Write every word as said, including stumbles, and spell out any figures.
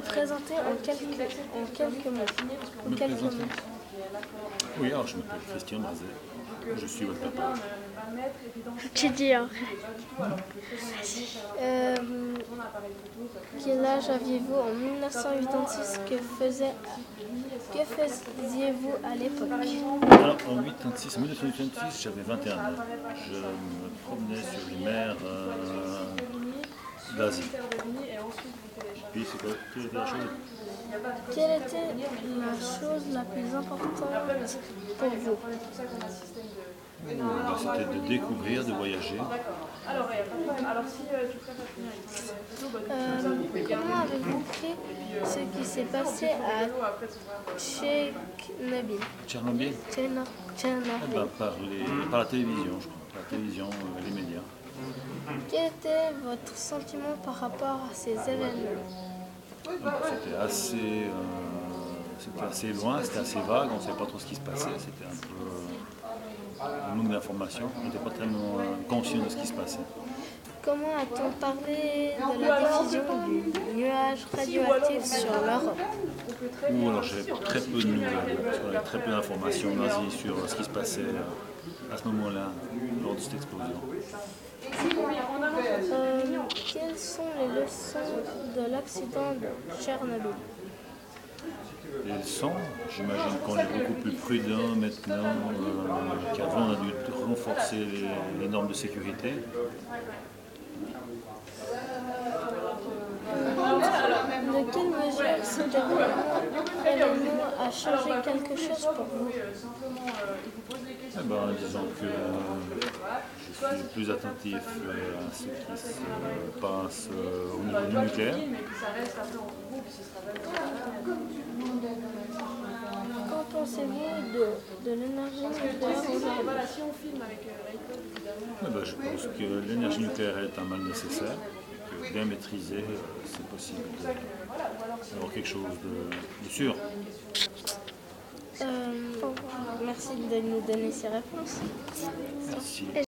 Présenter en quelques, en quelques mots. En Me quelques présenter. mots. Oui, alors je m'appelle Christian Mazet. Je suis votre papa. Tu dis hein. Euh, quel âge aviez-vous en mille neuf cent quatre-vingt-six? Que, faisait, que faisiez-vous à l'époque? Alors en mille neuf cent quatre-vingt-six, en mille neuf cent quatre-vingt-six, j'avais vingt et un ans. Je me promenais sur les mers euh, d'Asie. Et puis c'est quoi quelle était la chose? Quelle était la chose la plus importante pour vous? Oh, ben, c'était de découvrir, de voyager. Euh, comment avez-vous pris ce qui s'est passé à Tchernobyl? Tchernobyl, Tcherno- eh Tchernobyl. ben, par, les, par la télévision, je crois. Par la télévision, euh, les médias. Quel était votre sentiment par rapport à ces événements? C'était assez, euh, c'était assez loin, c'était assez vague, on ne savait pas trop ce qui se passait, c'était un peu euh, un manque d'informations, on n'était pas tellement euh, conscient de ce qui se passait. Comment a-t-on parlé de la diffusion du nuage radioactif sur l'Europe? Ou alors j'avais très peu de nouvelles, parce qu'on avait très peu d'informations en Asie sur euh, ce qui se passait euh, à ce moment-là, lors de cette explosion. Euh, quelles sont les leçons de l'accident de Tchernobyl? Les leçons, j'imagine qu'on est beaucoup plus prudent maintenant euh, qu'avant, on a dû renforcer les, les normes de sécurité. De quelle mesure cet événement a changé quelque chose pour vous? Eh ben, disons que euh, je suis plus attentif euh, à ce qui se passe euh, au niveau du nucléaire. Qu'en pensez-vous de, de l'énergie nucléaire aujourd'hui? Eh ben, je pense que l'énergie nucléaire est un mal nécessaire, que bien maîtrisée, euh, c'est possible d'avoir quelque chose de, de sûr. Euh, merci de nous donner ces réponses. Merci.